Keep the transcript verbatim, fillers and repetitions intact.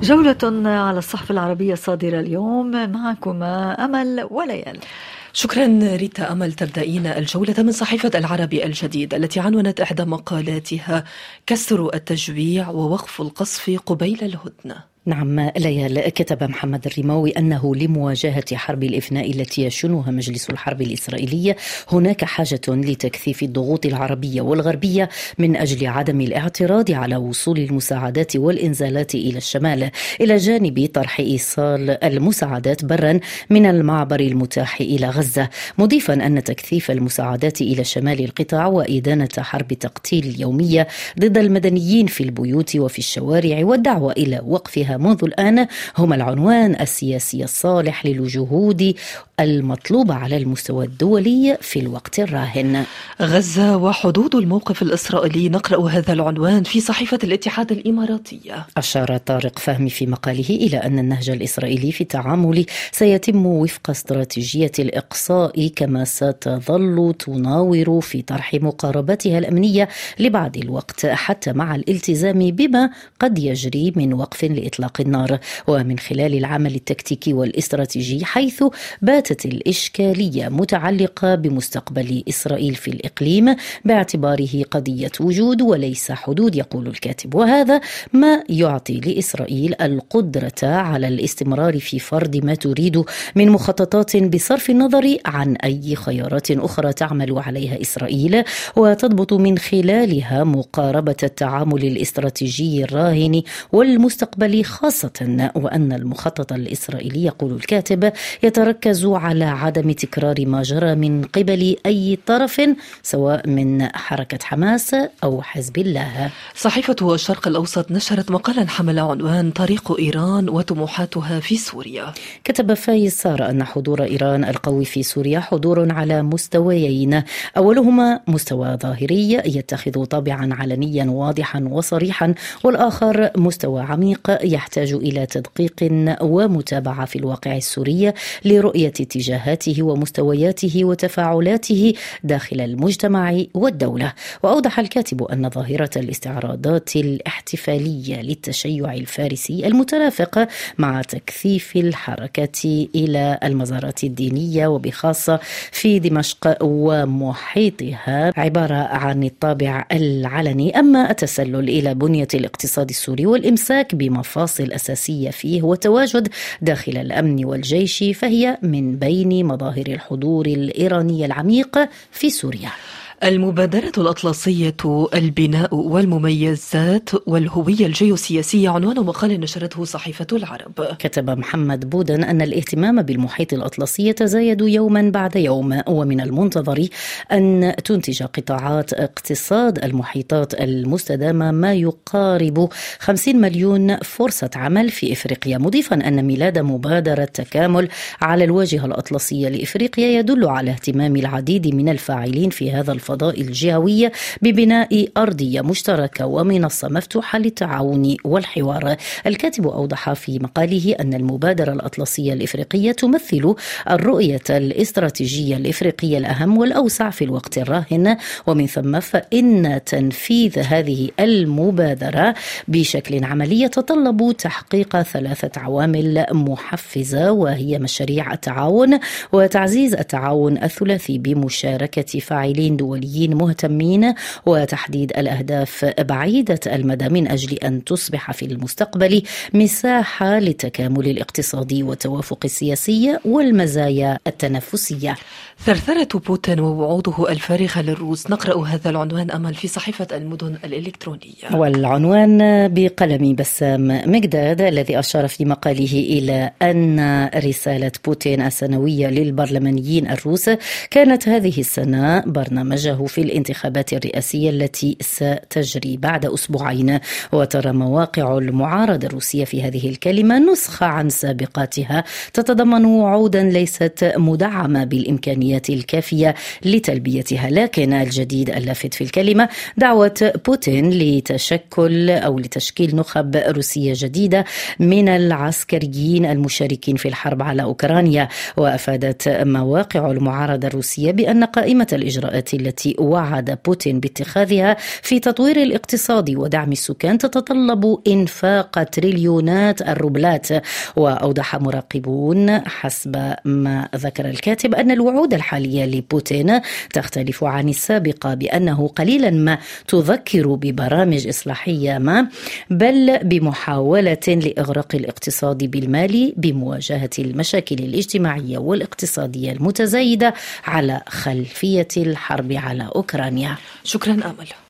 جولة على الصحف العربية الصادرة اليوم، معكما أمل وليال. شكرا ريتا أمل. تبدأين الجولة من صحيفة العربي الجديد التي عنونت إحدى مقالاتها كسر التجويع ووقف القصف قبيل الهدنة. نعم ليال، كتب محمد الرماوي أنه لمواجهة حرب الإفناء التي يشنها مجلس الحرب الإسرائيلي هناك حاجة لتكثيف الضغوط العربية والغربية من أجل عدم الاعتراض على وصول المساعدات والإنزالات إلى الشمال، إلى جانب طرح إيصال المساعدات برا من المعبر المتاح إلى غزة، مضيفا أن تكثيف المساعدات إلى شمال القطاع وإدانة حرب تقتيل اليومية ضد المدنيين في البيوت وفي الشوارع والدعوة إلى وقفها منذ الآن هما العنوان السياسي الصالح للجهود المطلوبة على المستوى الدولي في الوقت الراهن. غزة وحدود الموقف الإسرائيلي، نقرأ هذا العنوان في صحيفة الاتحاد الإماراتية. أشار طارق فهمي في مقاله إلى أن النهج الإسرائيلي في التعامل سيتم وفق استراتيجية الإقصاء، كما ستظل تناور في طرح مقاربتها الأمنية لبعض الوقت حتى مع الالتزام بما قد يجري من وقف لإطلاق النار، ومن خلال العمل التكتيكي والاستراتيجي، حيث باتت الإشكالية متعلقة بمستقبل إسرائيل في الإقليم باعتباره قضية وجود وليس حدود، يقول الكاتب، وهذا ما يعطي لإسرائيل القدرة على الاستمرار في فرض ما تريد من مخططات بصرف النظر عن أي خيارات أخرى تعمل عليها إسرائيل، وتضبط من خلالها مقاربة التعامل الاستراتيجي الراهن والمستقبلي، خاصة وأن المخطط الإسرائيلي، يقول الكاتب، يتركز على عدم تكرار ما جرى من قبل أي طرف سواء من حركة حماس أو حزب الله. صحيفة الشرق الأوسط نشرت مقالا حمل عنوان طريق إيران وطموحاتها في سوريا. كتب فايز سارة أن حضور إيران القوي في سوريا حضور على مستويين، أولهما مستوى ظاهري يتخذ طابعا علنيا واضحا وصريحا، والآخر مستوى عميق يحتاج إلى تدقيق ومتابعة في الواقع السوري لرؤية اتجاهاته ومستوياته وتفاعلاته داخل المجتمع والدولة. وأوضح الكاتب أن ظاهرة الاستعراضات الاحتفالية للتشيع الفارسي المترافق مع تكثيف الحركة إلى المزارات الدينية وبخاصة في دمشق ومحيطها عبارة عن الطابع العلني، أما التسلل إلى بنية الاقتصاد السوري والإمساك بمفاصل أساسية فيه وتواجد داخل الأمن والجيش فهي من بين مظاهر الحضور الإيراني العميق في سوريا. المبادرة الأطلسية، البناء والمميزات والهوية الجيوسياسية، عنوان مقال نشرته صحيفة العرب. كتب محمد بودن أن الاهتمام بالمحيط الأطلسي يتزايد يوما بعد يوم، ومن المنتظر أن تنتج قطاعات اقتصاد المحيطات المستدامة ما يقارب خمسين مليون فرصة عمل في إفريقيا، مضيفا أن ميلاد مبادرة تكامل على الواجهة الأطلسية لإفريقيا يدل على اهتمام العديد من الفاعلين في هذا الفضاء الجهوي ببناء أرضية مشتركة ومنصة مفتوحة للتعاون والحوار. الكاتب أوضح في مقاله أن المبادرة الأطلسية الإفريقية تمثل الرؤية الاستراتيجية الإفريقية الأهم والأوسع في الوقت الراهن، ومن ثم فإن تنفيذ هذه المبادرة بشكل عملي يتطلب تحقيق ثلاثة عوامل محفزة، وهي مشاريع التعاون وتعزيز التعاون الثلاثي بمشاركة فاعلين دوليين مهتمين، وتحديد الأهداف بعيدة المدى من أجل أن تصبح في المستقبل مساحة للتكامل الاقتصادي والتوافق السياسي والمزايا التنافسية. ثرثرة بوتين ووعوده الفارغة للروس، نقرأ هذا العنوان أمل في صحيفة المدن الإلكترونية. والعنوان بقلم بسام مقداد الذي أشار في مقاله إلى أن رسالة بوتين السنوية للبرلمانيين الروس كانت هذه السنة برنامجه في الانتخابات الرئاسية التي ستجري بعد أسبوعين، وترى مواقع المعارضة الروسية في هذه الكلمة نسخة عن سابقاتها تتضمن وعودا ليست مدعمة بالإمكانيات الكافية لتلبيتها، لكن الجديد اللافت في الكلمة دعوة بوتين لتشكل أو لتشكيل نخب روسية جديدة من العسكريين المشاركين في الحرب على أوكرانيا. وأفادت مواقع المعارضة الروسية بأن قائمة الإجراءات التي التي وعد بوتين باتخاذها في تطوير الاقتصاد ودعم السكان تتطلب إنفاق تريليونات الروبلات. وأوضح مراقبون حسب ما ذكر الكاتب أن الوعود الحالية لبوتين تختلف عن السابقة، بأنه قليلا ما تذكر ببرامج إصلاحية ما، بل بمحاولة لإغراق الاقتصاد بالمال بمواجهة المشاكل الاجتماعية والاقتصادية المتزايدة على خلفية الحرب على أوكرانيا. شكرا آمل.